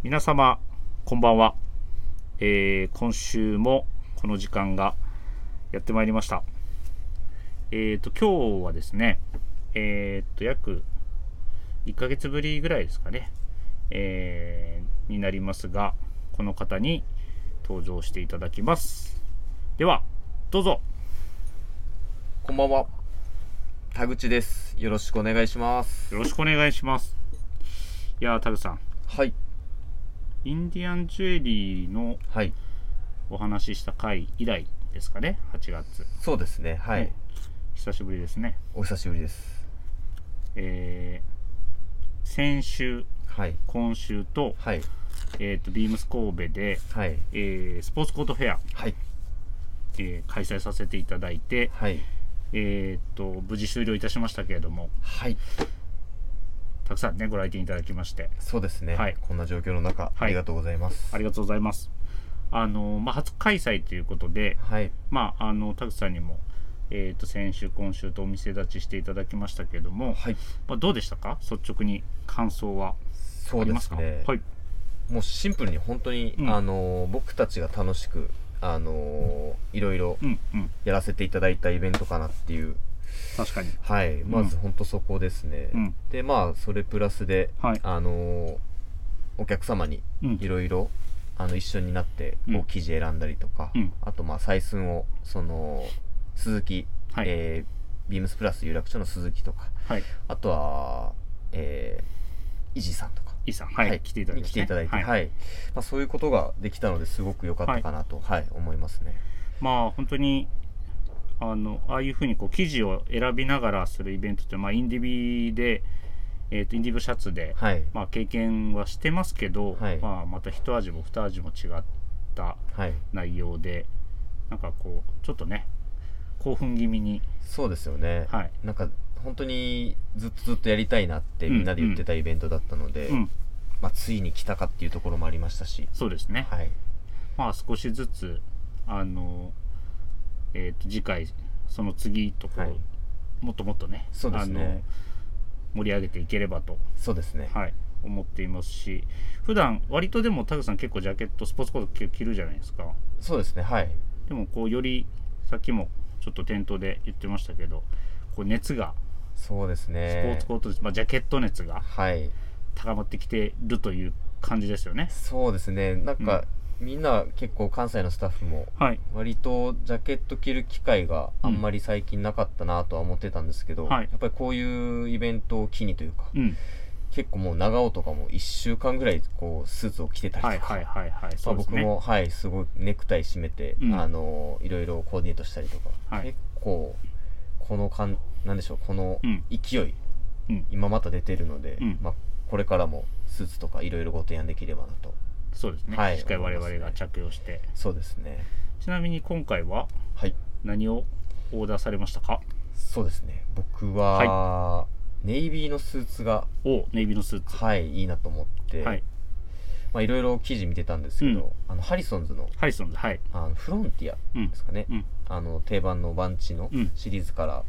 皆様こんばんは、今週もこの時間がやってまいりました。今日はですね、約1ヶ月ぶりぐらいですかね、になりますが、この方に登場していただきます。ではどうぞ。 こんばんは、田口です。よろしくお願いします。 よろしくお願いします。いやー、タグさん、 はい。 インディアンジュエリーのはい。 お話しした回以来ですかね、8月。 そうですね。はい。 久しぶりですね。 お久しぶりです。 先週、 はい。 今週と、 はい。 ビームス神戸で、 はい。 スポーツコートフェア、 はい。 開催させていただいて、 はい。 無事終了いたしましたけれども、 はい。 たくさんねご来店いただきまして、 そうですね。 はい、 こんな状況の中、 はい、 ありがとうございます。 ありがとうございます。初開催ということで、 はい。 田口さんにも、先週今週とお店立ちしていただきましたけれども、 はい。 どうでしたか、率直に感想はありますか？ そうですね。 はい。 もうシンプルに本当に、僕たちが楽しく、いろいろやらせていただいたイベントかなっていう。 確かに。 はい。まず本当そこですね。で、それプラスで、 はい、 お客様にいろいろ一緒になってこう生地選んだりとか、あと採寸を鈴木、 はい、 ビームスプラス有楽町の鈴木とか、はい、あとは、イジさんとかさん、はいはい、来ていただいて、 来ていただいて、はい、そういうことができたのですごく良かったかなと、思いますね。 本当にああいうふうにこう生地を選びながらするイベントって、インディビで、インディブシャツで、経験はしてますけど、また一味も二味も違った内容で、なんかこうちょっとね興奮気味に。 そうですよね、なんか本当にずっとやりたいなってみんなで言ってたイベントだったので、ついに来たかっていうところもありましたし。 そうですね、少しずつ次回その次とこう、もっともっとね、 そうですね、 盛り上げていければと、 そうですね、 思っていますし、普段割とでもタグさん結構ジャケットスポーツコート着るじゃないですか。 そうですね、 でもこうよりさっきもちょっと店頭で言ってましたけど、こう熱が、 そうですね、 スポーツコートです、ジャケット熱が高まってきてるという感じですよね。 そうですね、なんか、みんな結構関西のスタッフも割とジャケット着る機会があんまり最近なかったなとは思ってたんですけど、やっぱりこういうイベントを機にというか、結構もう長尾とかも1週間ぐらいこうスーツを着てたりとか、僕もすごいネクタイ締めて、いろいろコーディネートしたりとか、結構このなんでしょう、この勢い、今また出てるので、これからもスーツとかいろいろご提案できればなと。 そうですね、しっかり我々が着用して。 そうですね。 ちなみに今回は何をオーダーされましたか？ そうですね、僕は、ネイビーのスーツがネイビーのスーツ、 いいなと思って、いろいろ記事見てたんですけど、ハリソンズのフロンティアですかね、定番のバンチのシリーズから、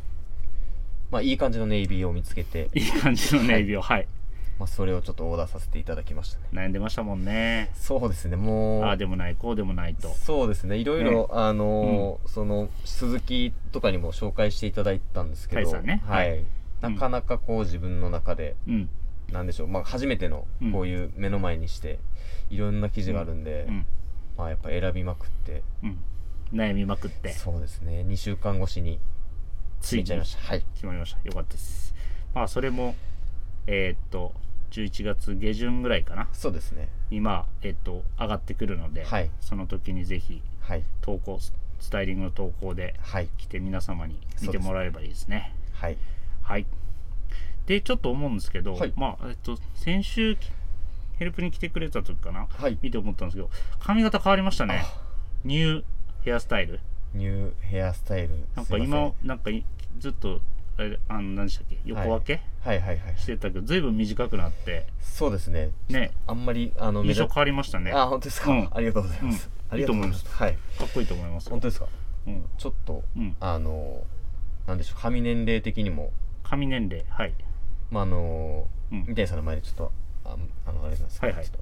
いい感じのネイビーを見つけて、 いい感じのネイビーを、 それをちょっとオーダーさせていただきましたね。 悩んでましたもんね。 そうですね、もうああでもないこうでもないと。 そうですね、いろいろその鈴木とかにも紹介していただいたんですけど、なかなかこう自分の中で、なんでしょう、初めてのこういう目の前にしていろんな記事があるんで、やっぱ選びまくって、 悩みまくって、 そうですね、2週間越しに決めちゃいました。 決まりました。よかったです。それも11月下旬ぐらいかな。 そうですね。 今上がってくるので、その時にぜひ投稿、スタイリングの投稿で来て皆様に見てもらえればいいですね。でちょっと思うんですけど、先週ヘルプに来てくれた時かな、見て思ったんですけど、髪型変わりましたね。ニューヘアスタイル。なんか今なんかずっと何でしたっけ、横分けしてたけど、ずいぶん短くなって。 そうですね、あんまり印象変わりましたね。 本当ですか？ありがとうございます。 いいと思います。かっこいいと思います。 本当ですか？ちょっとなんでしょう、髪年齢的にも三谷さんの前でちょっとあれなんですけど、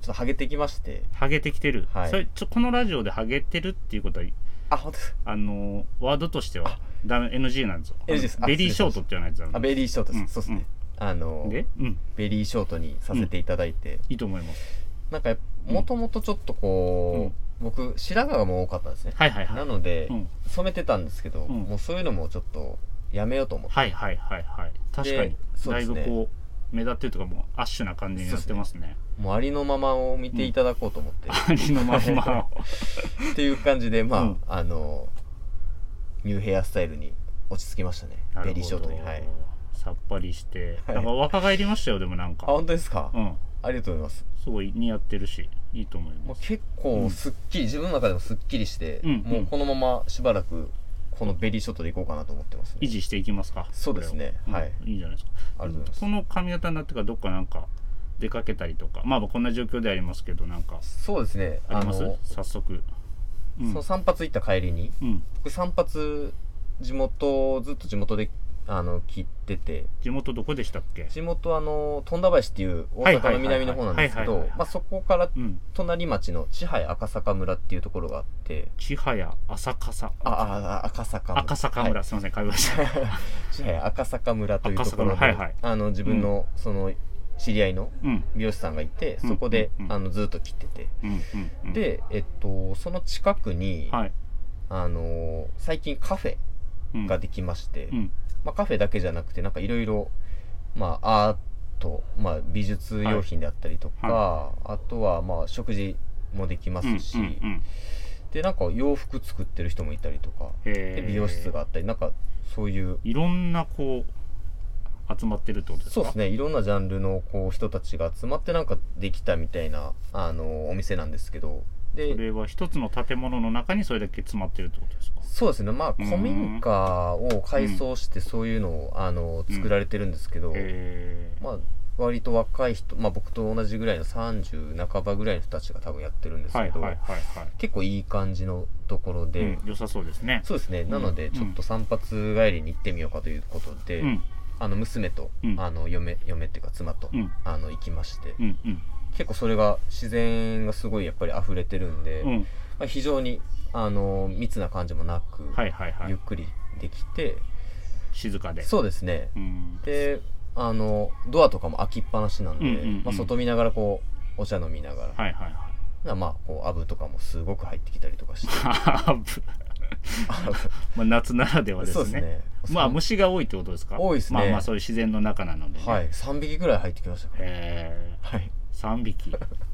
ちょっとハゲてきまして。 ハゲてきてる、 はい、 それこのラジオでハゲてるっていうことは本当です。 ワードとしてはダメ NG なんですよ。 NG です。 ベリーショートっていうやつなんで。 ベリーショートです、そうですね。で、ベリーショートにさせていただいて、 いいと思います。 なんかもともとちょっとこう、僕白髪がもう多かったんですね。なので、染めてたんですけど、もうそういうのもちょっとやめようと思って。 確かにだいぶこう目立ってるとか、もうアッシュな感じになってますね。 もうありのままを見ていただこうと思って、 ありのままをっていう感じで、ニューヘアスタイルに落ち着きましたね。ベリーショートに。 さっぱりして、なんか若返りましたよ。でもなんか本当ですか。ありがとうございます。 すごい似合ってるしいいと思います。 結構すっきり、自分の中でもすっきりして、もうこのまましばらくこのベリーショットでいこうかなと思ってます、 維持していきますか。 そうですね。 いいじゃないですか。 ありがとうございます。 この髪型になってからどっかなんか出かけたりとか、こんな状況でありますけど、なんかそうですね。 あります？早速。 その散髪行った帰りに、僕散髪ずっと地元で切ってて。 地元どこでしたっけ？ 地元富田林っていう大阪の南の方なんですけど、そこから隣町の千早赤坂村っていうところがあって。 千早赤坂村、 すみません、買いました千早赤坂村というところで、自分のその知り合いの美容師さんがいて、そこでずっと切ってて、でその近くに最近カフェができまして、カフェだけじゃなくて、なんかいろいろアート、美術用品であったりとか、あとは食事もできますし、でなんか洋服作ってる人もいたりとか、で美容室があったり、なんかそういういろんなこう集まってるってことですか？ そうですね。いろんなジャンルのこう人たちが集まってなんかできたみたいなお店なんですけど、 でそれは一つの建物の中にそれだけ詰まってるってことですか？ そうですね。古民家を改装してそういうのを作られてるんですけど、割と若い人、僕と同じぐらいの30半ばぐらいの人たちが多分やってるんですけど、結構いい感じのところで、 良さそうですね。 そうですね。なのでちょっと散髪帰りに行ってみようかということで、娘と嫁っていうか妻と行きまして、結構それが自然がすごいやっぱり溢れてるんで、非常に密な感じもなく、ゆっくりできて静かで。 そうですね。でドアとかも開きっぱなしなんで、外見ながらこうお茶飲みながら、こうアブとかもすごく入ってきたりとかしてアブ夏ならではですね。そうですね。虫が多いってことですか？ 多いですね。 そういう自然の中なので、 3匹ぐらい入ってきましたから。 3匹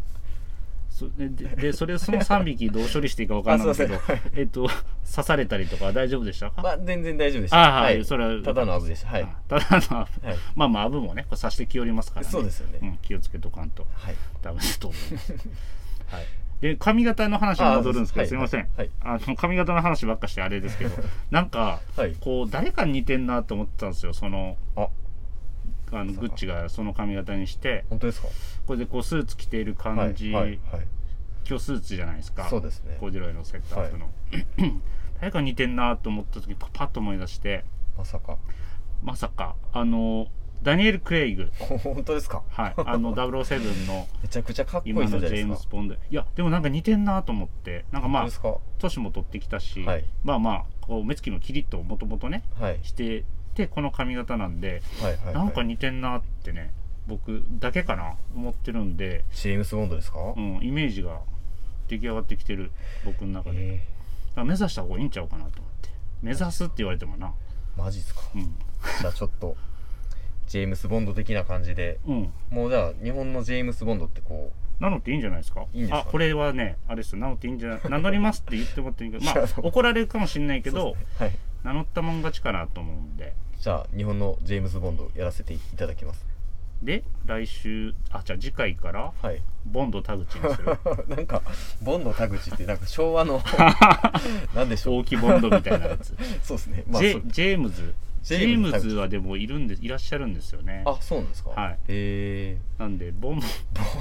でその3匹どう処理していいか分からないけど、刺されたりとか大丈夫でしたか？ 全然大丈夫でした。 それはただのアブでした。 ただのアブ。アブもね、刺してきよりますからね。 そうですよね。 気をつけとかんとダメだと思います。で髪型の話に戻るんですけど、すいません。髪型の話ばっかしてあれですけど、なんかこう誰かに似てんなと思ってたんですよ。グッチがその髪型にして。 本当ですか？ これでこうスーツ着ている感じ、今日スーツじゃないですか。 そうですね。 コーデュロイのセットアップの、誰か似てんなと思った時パッと思い出して、まさかダニエル・クレイグ。 本当ですか？ 007のめちゃくちゃかっこいい人じゃないですか。今のジェームス・ボンド。いやでもなんか似てんなと思って、なんか年も取ってきたし、こう目つきもキリッともともとね、してて、この髪型なんで、なんか似てんなってね、僕だけかな思ってるんで。 ジェームス・ボンドですか？ イメージが出来上がってきてる僕の中で、目指した方がいいんちゃうかなと思って。目指すって言われてもな。 マジっすか？じゃあちょっとジェームス・ボンド的な感じで、もうじゃあ日本のジェームス・ボンドってこう名乗っていいんじゃないですか？ いいんですか？ これはね、あれですよ、名乗っていいんじゃない名乗りますって言ってもらっていいけど、怒られるかもしれないけど、名乗ったもん勝ちかなと思うんで。 じゃあ日本のジェームス・ボンドやらせていただきます。 で来週じゃあ次回からボンド田口にする。 なんかボンド田口ってなんか昭和のなんでしょう、 大木ボンドみたいなやつ。 そうですね。 ジェームズはでもいらっしゃるんですよね。 そうなんですか？ なんでボン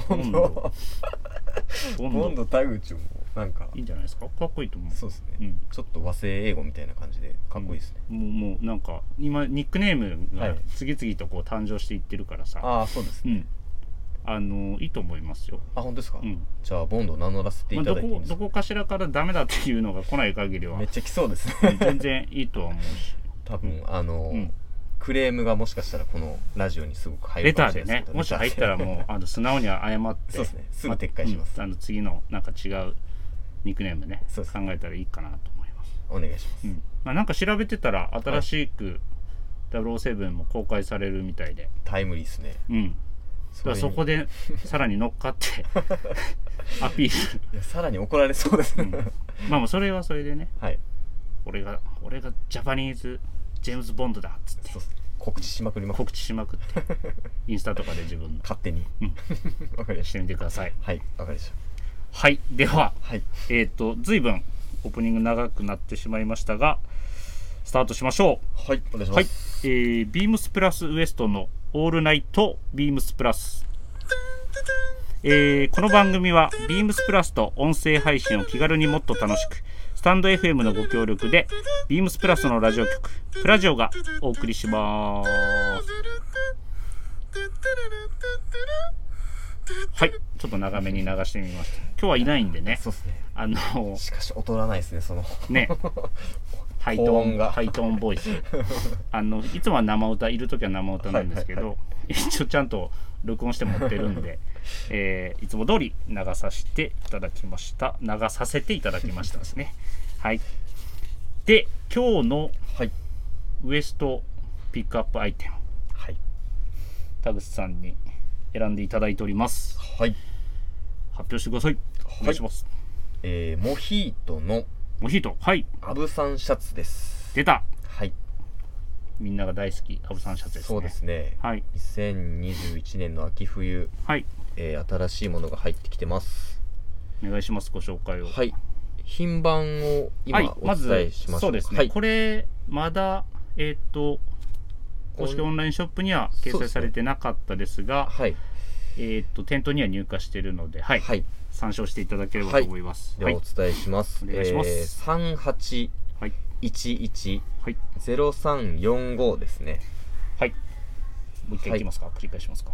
ド田口もなんかいいんじゃないですか？かっこいいと思う。 そうですね。ちょっと和製英語みたいな感じでかっこいいですね。 もうなんか今ニックネームが次々とこう誕生していってるからさ。 そうですね。 いいと思いますよ。 あ、本当ですか。じゃあボンド名乗らせていただいていいですか。 どこかしらからダメだっていうのが来ない限りはめっちゃ来そうですね。 全然いいとは思うし、 多分クレームがもしかしたらこのラジオにすごく入るかもしれないですけど、 レターでね、もし入ったらもう素直には謝ってそうですね、すぐ撤回します。 次のなんか違うニックネームね、考えたらいいかなと思います。 お願いします。 なんか調べてたら新しく007も公開されるみたいで、 タイムリーですね。 だからそこでさらに乗っかってアピール。 いや、さらに怒られそうですね。 まあそれはそれでね、 はい、 俺がジャパニーズジェームズ・ボンドだっつって告知しまくってインスタとかで自分の勝手にわかりました。 してみてください。 はい、わかりました。 はい、では、 はい、 随分オープニング長くなってしまいましたが、スタートしましょう。はい、お願いします。 ビームスプラスウエストのオールナイトビームスプラス。この番組はビームスプラスと音声配信を気軽にもっと楽しく、スタンド FM のご協力でビームスプラスのラジオ局プラジオがお送りします。はい、ちょっと長めに流してみました。今日はいないんでね。 そうですね。しかし劣らないですね、そのね。ハイトーンボイス。いつもは生歌、いるときは生歌なんですけど、一応ちゃんと録音して持ってるんで、いつも通り流させていただきましたですね。はい。で、今日のウエストピックアップアイテム、 はい、 田口さんに選んでいただいております。 はい。 発表してください。お願いします。 モヒートのはい。 アブサンシャツです。 出た。 はい。 みんなが大好きアブサンシャツですね。 そうですね。 はい。 2021年の秋冬、 はい。 新しいものが入ってきてます。 お願いします。ご紹介を。 はい。品番を今お伝えしましょう。 そうですね。これまだ公式オンラインショップには掲載されてなかったですが、 はい。 店頭には入荷しているので、はい。はい、参照していただければと思います。 ではお伝えします。 お願いします。 38110345ですね。 はい。もう一回いきますか。繰り返しますか。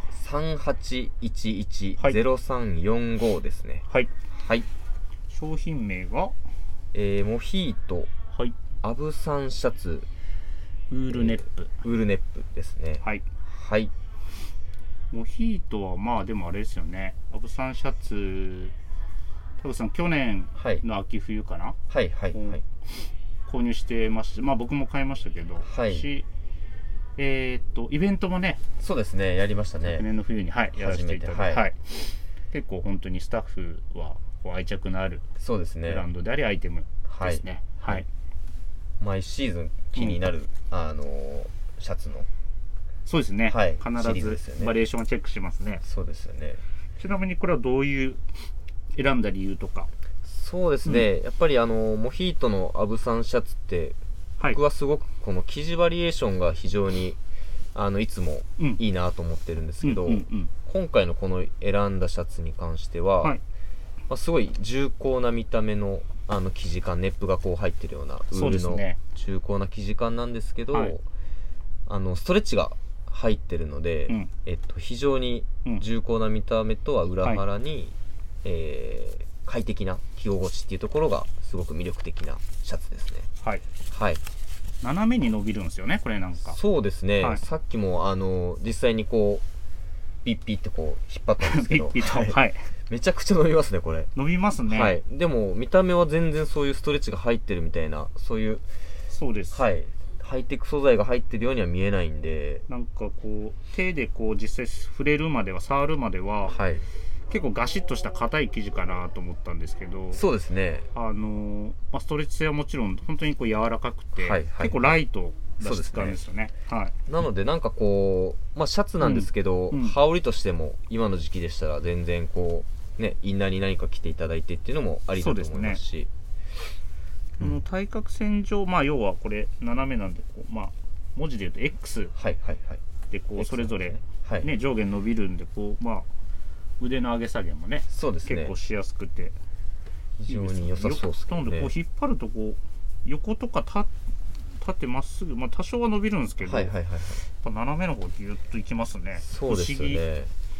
38110345ですね。 はい。 はい。 商品名がモヒート、 はい、 アブサンシャツ、 ウールネップ、 ですね。 はい。 はい。 モヒートはまあでもあれですよね。アブサンシャツ、田口さん去年の秋冬かな。 はいはいはい。 購入してました。まあ僕も買いましたけど、 はい。 イベントもね、 そうですね、やりましたね。 昨年の冬に、はい、やらせていただいて、はい。結構本当にスタッフは愛着のあるそうですね。 ブランドでありアイテムですね。はい。 毎シーズン気になる、シャツの。 そうですね。 はい。 必ずバリエーションをチェックしますね。 そうですよね。 ちなみにこれはどういう選んだ理由とか。 そうですね。やっぱりモヒートのアブサンシャツって、僕はすごくこの生地バリエーションが非常にいつもいいなと思ってるんですけど、今回のこの選んだシャツに関しては、すごい重厚な見た目の生地感、ネップがこう入ってるようなウールの重厚な生地感なんですけど、ストレッチが入ってるので、非常に重厚な見た目とは裏腹に、快適な着心地っていうところがすごく魅力的なシャツですね。 はい。 はい。 斜めに伸びるんですよね、これなんか。 そうですね。さっきも実際にこうピッピってこう引っ張ったんですけど、 ピッピと、はい。 めちゃくちゃ伸びますね、これ。 伸びますね。 はい。でも見た目は全然そういうストレッチが入ってるみたいな、そういう、 そうです。 はい。ハイテク素材が入ってるようには見えないんで、 なんかこう手でこう実際触れるまでは、触るまでは、 はい、 結構ガシッとした硬い生地かなと思ったんですけど、 そうですね。 ストレッチ性はもちろん本当にこう柔らかくて、結構ライトな質感ですよね。はい。 なのでなんかこう、シャツなんですけど、羽織としても今の時期でしたら全然こうね、インナーに何か着ていただいてっていうのもありだと思いますし。 対角線上、要はこれ斜めなんでこう、文字で言うと X でこうそれぞれ、ね、上下伸びるんでこう、腕の上げ下げもね、 そうですね、 結構しやすくて非常に良さそうですね。 なのでこう引っ張るとこう横とか縦まっすぐ、多少は伸びるんですけど、斜めの方ギュッといきますね。 そうですよね。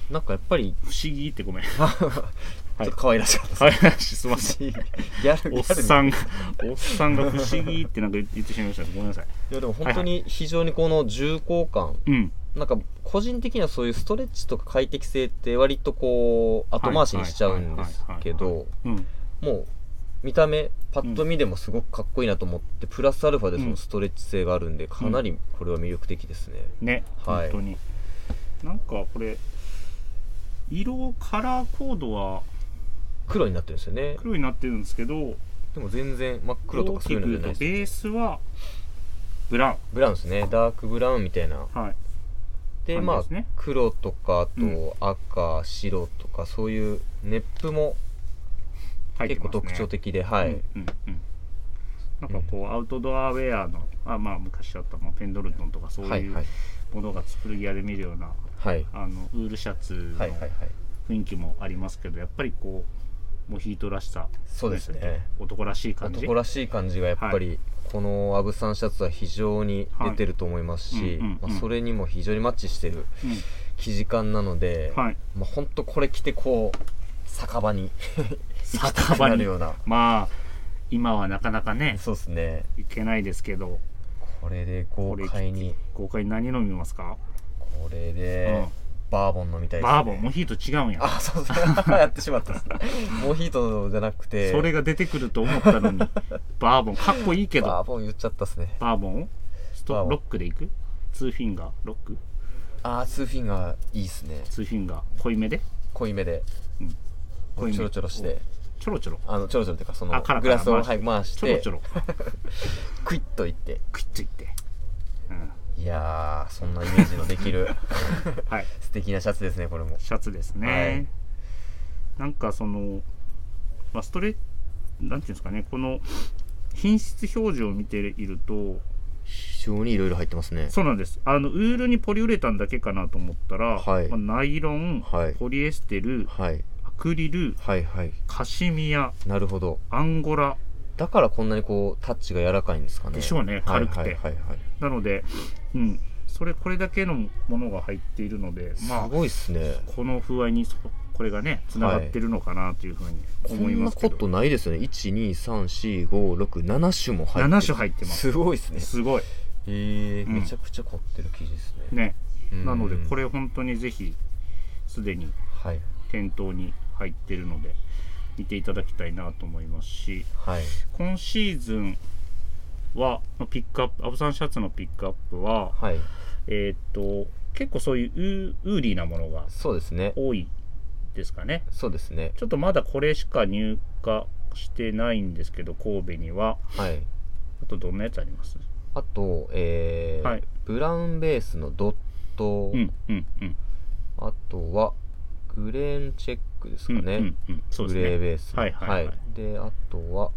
なんかやっぱり不思議ってごめんちょっと可愛らしかった可愛らしい、すいませんおっさんが不思議ってなんか言ってしまいました。ごめんなさい。 いやでも本当に非常にこの重厚感、 うん、 なんか個人的にはそういうストレッチとか快適性って割とこう後回しにしちゃうんですけど、もう見た目パッと見でもすごくかっこいいなと思って、プラスアルファでそのストレッチ性があるんで、かなりこれは魅力的ですね。 ね、本当になんかこれカラーコードは黒になってるんですよね。 黒になってるんですけど、 でも全然真っ黒とかそういうのじゃないです。 ベースはブラウンですね。ダークブラウンみたいな。 はい。 でまあ黒とかあと赤、白とかそういうネップも結構特徴的で、はい。 なんかこうアウトドアウェアのまあ昔あったペンドルトンとかそういうものが古着屋で見るような、ウールシャツの雰囲気もありますけど、やっぱりこうモヒートらしさ、 そうですね、 男らしい感じがやっぱりこのアブさんシャツは非常に出てると思いますし、それにも非常にマッチしてる生地感なので、本当これ着てこう酒場になるような、 まあ今はなかなかね、 そうですね、 いけないですけど、 これで豪快に何飲みますか？ これで、バーボン飲みたいですね。 バーボン、モヒート違うんや。 そうですね。やってしまったですね。モヒートじゃなくて、 それが出てくると思ったのにバーボンかっこいいけど。 バーボン言っちゃったですね。 バーボンロックでいく？ツーフィンガーロック？ ツーフィンガーいいですね。 ツーフィンガー濃いめで、 ちょろちょろして、ちょろちょろっていうか、そのグラスを回してちょろクイッといっていやー、そんなイメージのできる素敵なシャツですね。これもシャツですね。なんかそのストレッなんていうんですかね、この品質表示を見ていると非常にいろいろ入ってますね。 そうなんです。ウールにポリウレタンだけかなと思ったら、ナイロン、ポリエステル、アクリル、カシミヤ、 なるほど、 アンゴラ、 だからこんなにこうタッチが柔らかいんですかね。 でしょうね、軽くて。なので、これだけのものが入っているので、 すごいっすね。 この風合いにこれがねつながってるのかなというふうに思いますけど。 こんなことないですよね。1,2,3,4,5,6,7 種も入って 7種入ってます。 すごいですね。 すごい。 めちゃくちゃ凝ってる生地ですね。 なのでこれ本当にぜひすでに店頭に入ってるので見ていただきたいなと思いますし、今シーズンはピックアップ、アブさんシャツのピックアップは、結構そういうウーリーなものが多いですかね。 そうですね。 ちょっとまだこれしか入荷してないんですけど、神戸には。あとどんなやつあります？ あと、ブラウンベースのドット、あとはグレーンチェックですかね。グレーベース。で、あとは、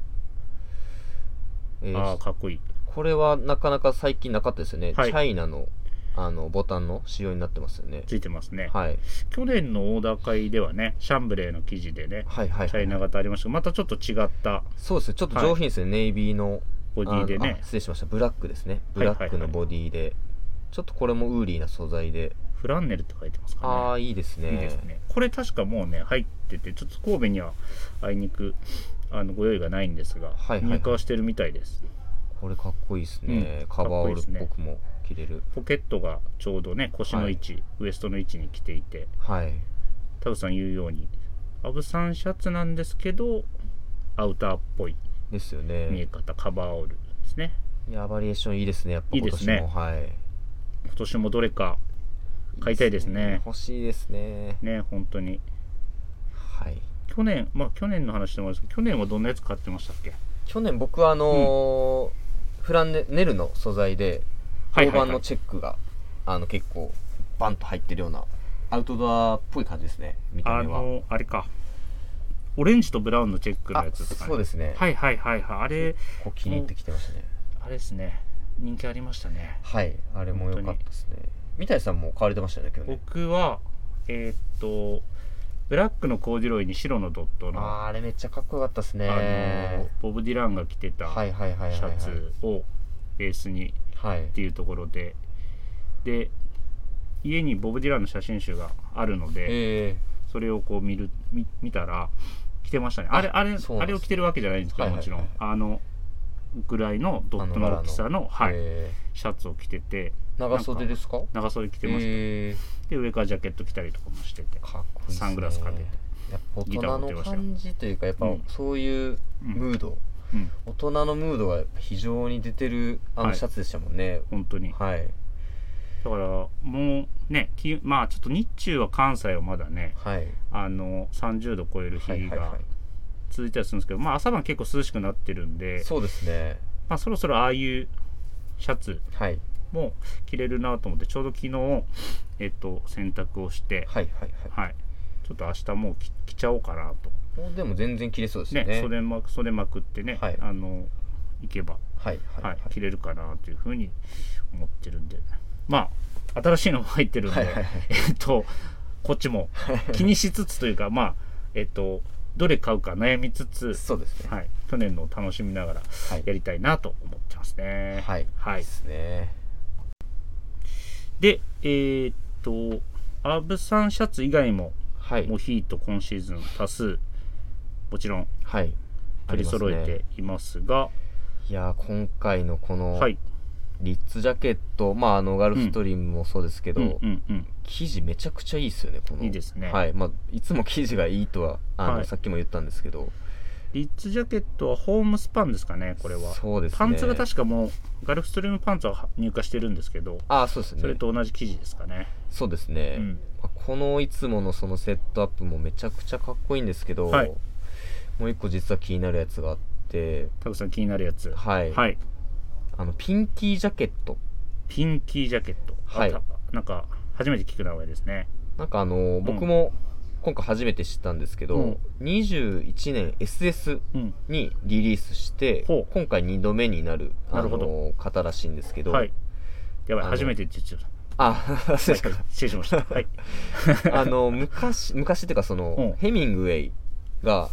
かっこいい。 これはなかなか最近なかったですよね。チャイナのボタンの仕様になってますよね。 ついてますね。去年のオーダー会ではね、シャンブレーの生地でね、チャイナ型ありましたけど、またちょっと違った。 そうですね、ちょっと上品ですね。ネイビーのボディでね。 失礼しました。ブラックですね。ブラックのボディで、ちょっとこれもウーリーな素材で。 フランネルって書いてますかね。 いいですね。 いいですね。これ確かもうね入ってて、ちょっと神戸にはあいにくご用意がないんですが、入荷はしてるみたいです。 これかっこいいですね。カバーオールっぽくも着れる。 ポケットがちょうどね腰の位置、ウエストの位置に来ていて、タブさん言うようにアブさんシャツなんですけどアウターっぽいですよね。 見え方、カバーオールですね。 いや、バリエーションいいですね。やっぱ今年も。 いいですね。今年もどれか買いたいですね。 欲しいですね。 本当に。去年の話してましたけど、去年はどんなやつ買ってましたっけ？ 去年僕はフランネルの素材で大判のチェックが結構バンと入ってるようなアウトドアっぽい感じですね。見た目はあれか、オレンジとブラウンのチェックのやつですかね。 そうですね。 あれこう気に入ってきてましたね。 あれですね、人気ありましたね。 あれも良かったですね。三谷さんも買われてましたよね、今日ね。 僕はブラックのコーデュロイに白のドットのあれめっちゃかっこよかったですね。 ボブ・ディランが着てたシャツをベースにっていうところで、 家にボブ・ディランの写真集があるので、それをこう見たら着てましたね。あれを着てるわけじゃないんですけど、もちろんぐらいのドットの大きさのシャツを着てて、 長袖ですか？ 長袖着てました。で上からジャケット着たりとかもしてて、 かっこいいですね。 サングラスかけて、 やっぱ大人の感じというか、やっぱそういうムード、大人のムードが非常に出てるシャツでしたもんね。 本当に。はい。だからもうね、まあちょっと日中は関西はまだね、30度超える日が続いたりするんですけど、まあ朝晩結構涼しくなってるんで、 そうですね。 まあそろそろああいうシャツも着れるなと思って、ちょうど昨日洗濯をして、ちょっと明日もう着ちゃおうかなと。 でも全然着れそうですね。 袖まくってね、行けば着れるかなというふうに思ってるんで、まあ新しいのも入ってるんで、こっちも気にしつつというか、まあどれ買うか悩みつつ、 そうですね。 去年のを楽しみながらやりたいなと思ってますね。 ですね。 で、アブさんシャツ以外もモヒート今シーズン多数もちろん取り揃えていますが、 いや今回のこのリッツジャケット、ガルフストリームもそうですけど、生地めちゃくちゃいいですよね。 いいですね。 いつも生地がいいとはさっきも言ったんですけど、 リッツジャケットはホームスパンですかね。これはそうですね。 パンツが確かもうガルフストリームパンツは入荷してるんですけど、 そうですね。 それと同じ生地ですかね。 そうですね。このいつものそのセットアップもめちゃくちゃかっこいいんですけど、もう一個実は気になるやつがあって、 タクさん気になるやつ、 ピンキージャケット。 ピンキージャケット、なんか初めて聞く名前ですね。 なんか僕も今回初めて知ったんですけど、21年 SS にリリースして、今回2度目になる方らしいんですけど、 やばい、初めてって言っちゃった。失礼しました。 昔っていうかヘミングウェイが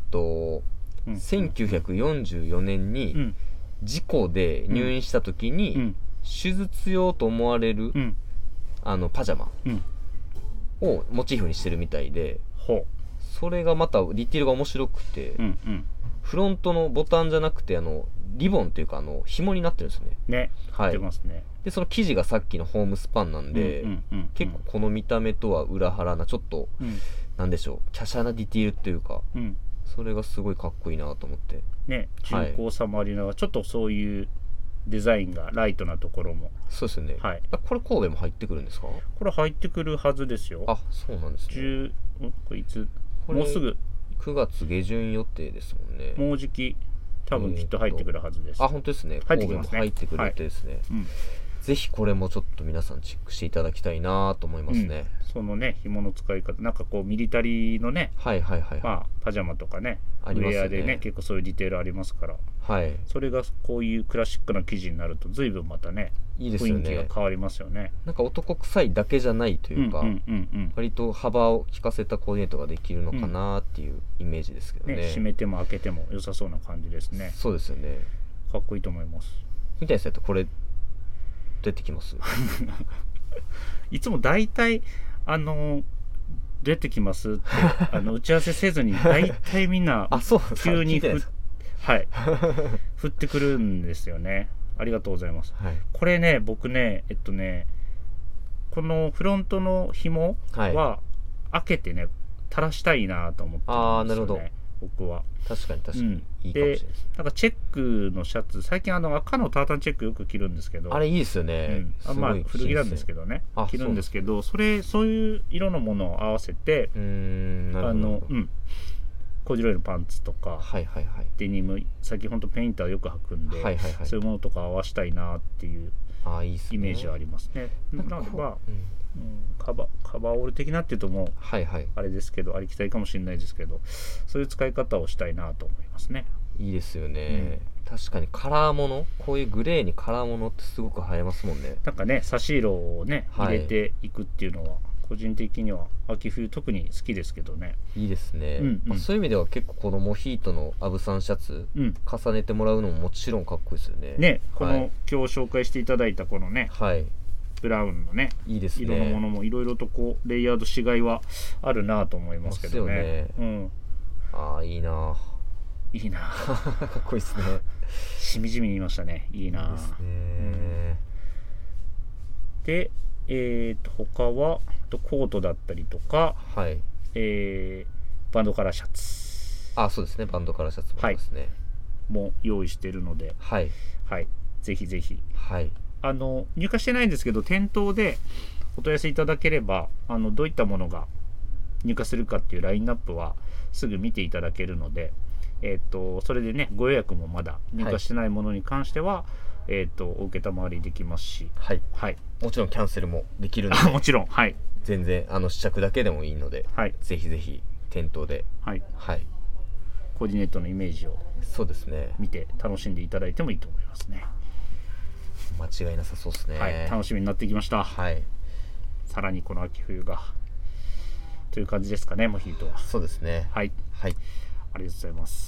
1944年に事故で入院した時に手術用と思われるパジャマをモチーフにしてるみたいで、それがまたディティールが面白くて、フロントのボタンじゃなくてリボンっていうか紐になってるんですよね。でその生地がさっきのホームスパンなんで、結構この見た目とは裏腹なちょっと、なんでしょう、華奢なディティールっていうか、それがすごいかっこいいなと思ってね。重厚さもありながら、ちょっとそういうデザインがライトなところも。 そうですよね。これ神戸も入ってくるんですか？ これ入ってくるはずですよ。 そうなんですね。 こいつもうすぐ 9月下旬予定ですもんね。 もうじき多分きっと入ってくるはずです。 本当ですね。神戸も入ってくる予定ですね。ぜひこれもちょっと皆さんチェックしていただきたいなと思いますね。 そのね、紐の使い方、なんかこうミリタリーのね、パジャマとかね、ウェアでね、結構そういうディテールありますから、それがこういうクラシックな生地になると随分またね、雰囲気が変わりますよね。 なんか男臭いだけじゃないというか、割と幅を利かせたコーディネートができるのかなっていうイメージですけどね。 閉めても開けても良さそうな感じですね。 そうですよね。 かっこいいと思います。 みたいですね。これ出てきますいつも大体出てきますって打ち合わせせずに大体みんな急に振ってくるんですよね。ありがとうございます。これね、僕ねこのフロントの紐は開けてね垂らしたいなと思ってるんですよね。僕は確かにいいかもしれないです。 なんかチェックのシャツ、最近赤のタータンチェックよく着るんですけど、 あれいいですよね。 古着なんですけどね、着るんですけど、そういう色のものを合わせてコーデュロイのパンツとかデニム、最近ほんとペインターよく履くんで、そういうものとか合わせたいなっていうイメージはありますね。なんかカバーオール的なっていうともうあれですけど、ありきたりかもしれないですけど、そういう使い方をしたいなと思いますね。 いいですよね。確かにカラーもの、こういうグレーにカラーものってすごく映えますもんね。 なんかね、差し色をね入れていくっていうのは個人的には秋冬特に好きですけどね。 いいですね。そういう意味では結構このモヒートのアブさんシャツ重ねてもらうのももちろんかっこいいですよね。 この今日紹介していただいたこのね、 ブラウンのね、 いいですね、 色のものもいろいろとこうレイヤードしがいはあるなと思いますけどね。 ああ、いいな。 いいなかっこいいですね。 しみじみ言いましたね。いいな。いいですね。で、他はコートだったりとか、 はい、 バンドカラーシャツ。 あ、そうですね。バンドカラーシャツもありますね。 も用意しているので、 はい、 はい、ぜひぜひ、 はい、 入荷してないんですけど、店頭でお問い合わせいただければ、どういったものが入荷するかっていうラインナップはすぐ見ていただけるので、それでね、ご予約もまだ入荷してないものに関しては、お受けたまわりできますし、 はい、はい、もちろんキャンセルもできるので、 もちろん、はい、 全然試着だけでもいいので、はい、ぜひぜひ店頭で、 はい、 はい、 コーディネートのイメージをそうですね、 見て楽しんでいただいてもいいと思いますね。 間違いなさそうですね。 はい、楽しみになってきました。 はい、 さらにこの秋冬がという感じですかね、モヒートは。 そうですね。 はい、はい、ありがとうございます。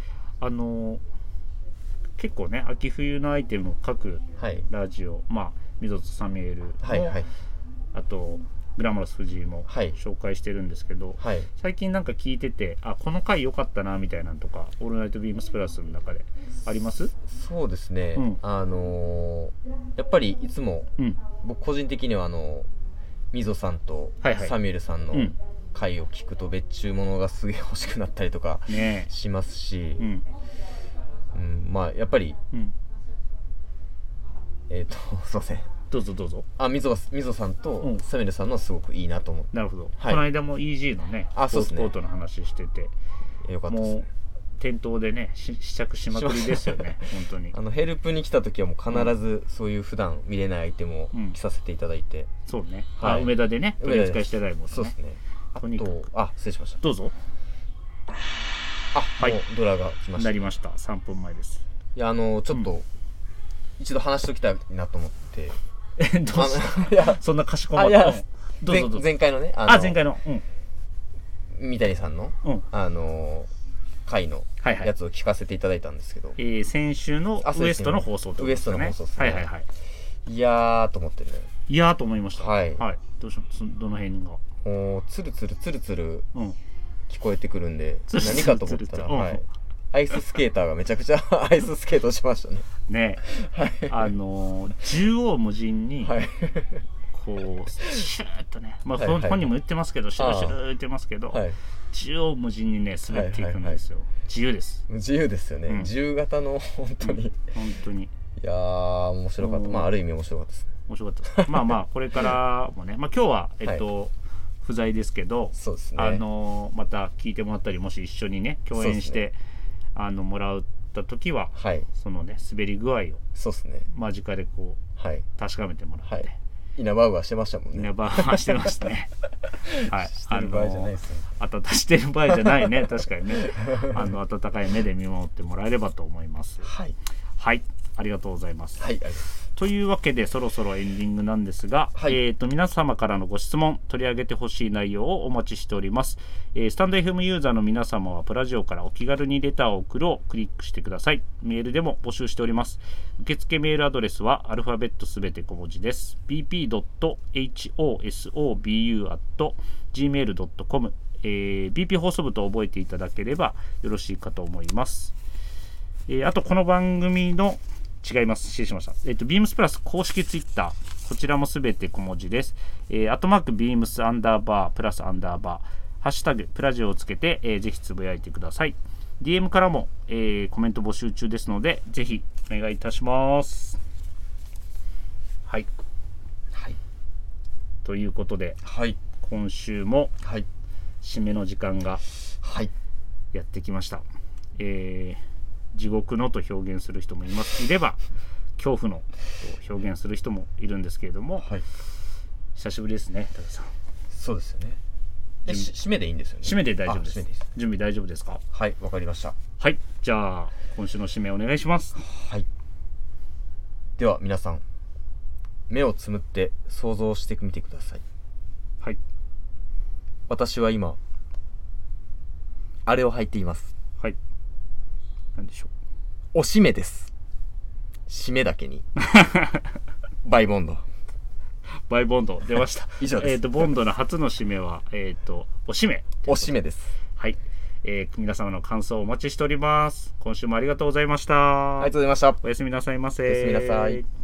結構ね、秋冬のアイテムを各ラジオ、溝津サミュエルも、はいはい、あとグラマラス藤井も紹介してるんですけど、はい、最近なんか聞いてて、この回良かったなみたいなのとか、オールナイトビームスプラスの中であります？ そうですね、やっぱりいつも、僕個人的には溝さんとサミュエルさんの回を聞くと別注ものがすげえ欲しくなったりとかしますし、やっぱり、すいません、 どうぞどうぞ。 溝さんとサミュエルさんのすごくいいなと思って。 なるほど、はい、この間も EG のね、スポーツコートの話してて、 よかったですね。もう店頭でね、試着しまくりですよね。本当にヘルプに来た時はもう必ずそういう普段見れないアイテムを着させていただいて、 そうね、梅田でね、取り扱いしてないもんね。 そうですね。あと、失礼しました。 どうぞ。 はい、もうドラが来ました。 なりました。3分前です。 いや、ちょっと一度話しときたいなと思って。 どうした？そんなかしこまって。 どうぞどうぞ。前回のね、 前回の三谷さんの回のやつを聞かせていただいたんですけど、 先週のウエストの放送と、 ウエストの放送ですね。 はいはいはい。 いやーと思ってね。 いやーと思いました。 はい。 はい。どの辺が？ つるつるつるつる聞こえてくるんで、何かと思ったら、はい。アイススケーターがめちゃくちゃアイススケートしましたね。ね。 はい。縦横無尽に、こうシューッとね、本人も言ってますけど、シュルシュル言ってますけど、縦横無尽にね滑っていくんですよ。自由です。 自由ですよね。自由形の本当に。 本当に。 いやー面白かった。ある意味面白かったですね。 面白かったです。これからもね、今日は不在ですけど、 そうですね。 また聞いてもらったり、もし一緒にね共演してもらった時は、そのね滑り具合をそうですね。 間近でこう確かめてもらって。 稲葉はしてましたもんね。 稲葉はしてますね。はい。 してる場合じゃないですよ。 してる場合じゃないね。確かにね。温かい目で見守ってもらえればと思います。 はい。 はい。ありがとうございます。 はい。ありがとうございます。 というわけでそろそろエンディングなんですが、皆様からのご質問、取り上げてほしい内容をお待ちしております。スタンド FM ユーザーの皆様はプラジオからお気軽にレターを送るをクリックしてください。メールでも募集しております。受付メールアドレスはアルファベットすべて小文字です。bp.hosobu@gmail.com、BP 放送部と覚えていただければよろしいかと思います。あとこの番組の違います。失礼しました。ビームスプラス公式ツイッター、こちらもすべて小文字です。@beams_+_ハッシュタグプラジオをつけて、ぜひつぶやいてください。DM からも、コメント募集中ですので、ぜひお願いいたします。はい。 はい。 ということで、 はい、 今週も、 はい、 締めの時間がやってきました。地獄のと表現する人もいれば恐怖のと表現する人もいるんですけれども、久しぶりですね、高木さん。 そうですよね。締めでいいんですよね。 締めで大丈夫です。準備大丈夫ですか？ はい、わかりました。 はい、じゃあ今週の締めお願いします。 はい。では皆さん、目をつむって想像してみてください。 はい。 私は今あれを履いています。 はい。何でしょう。おしめです。締めだけに。バイボンド。 バイボンド出ました。 以上です。 ボンドの初の締めは、お締め。 お締めです。 はい。皆様の感想をお待ちしております。今週もありがとうございました。 ありがとうございました。 おやすみなさいませ。 おやすみなさい。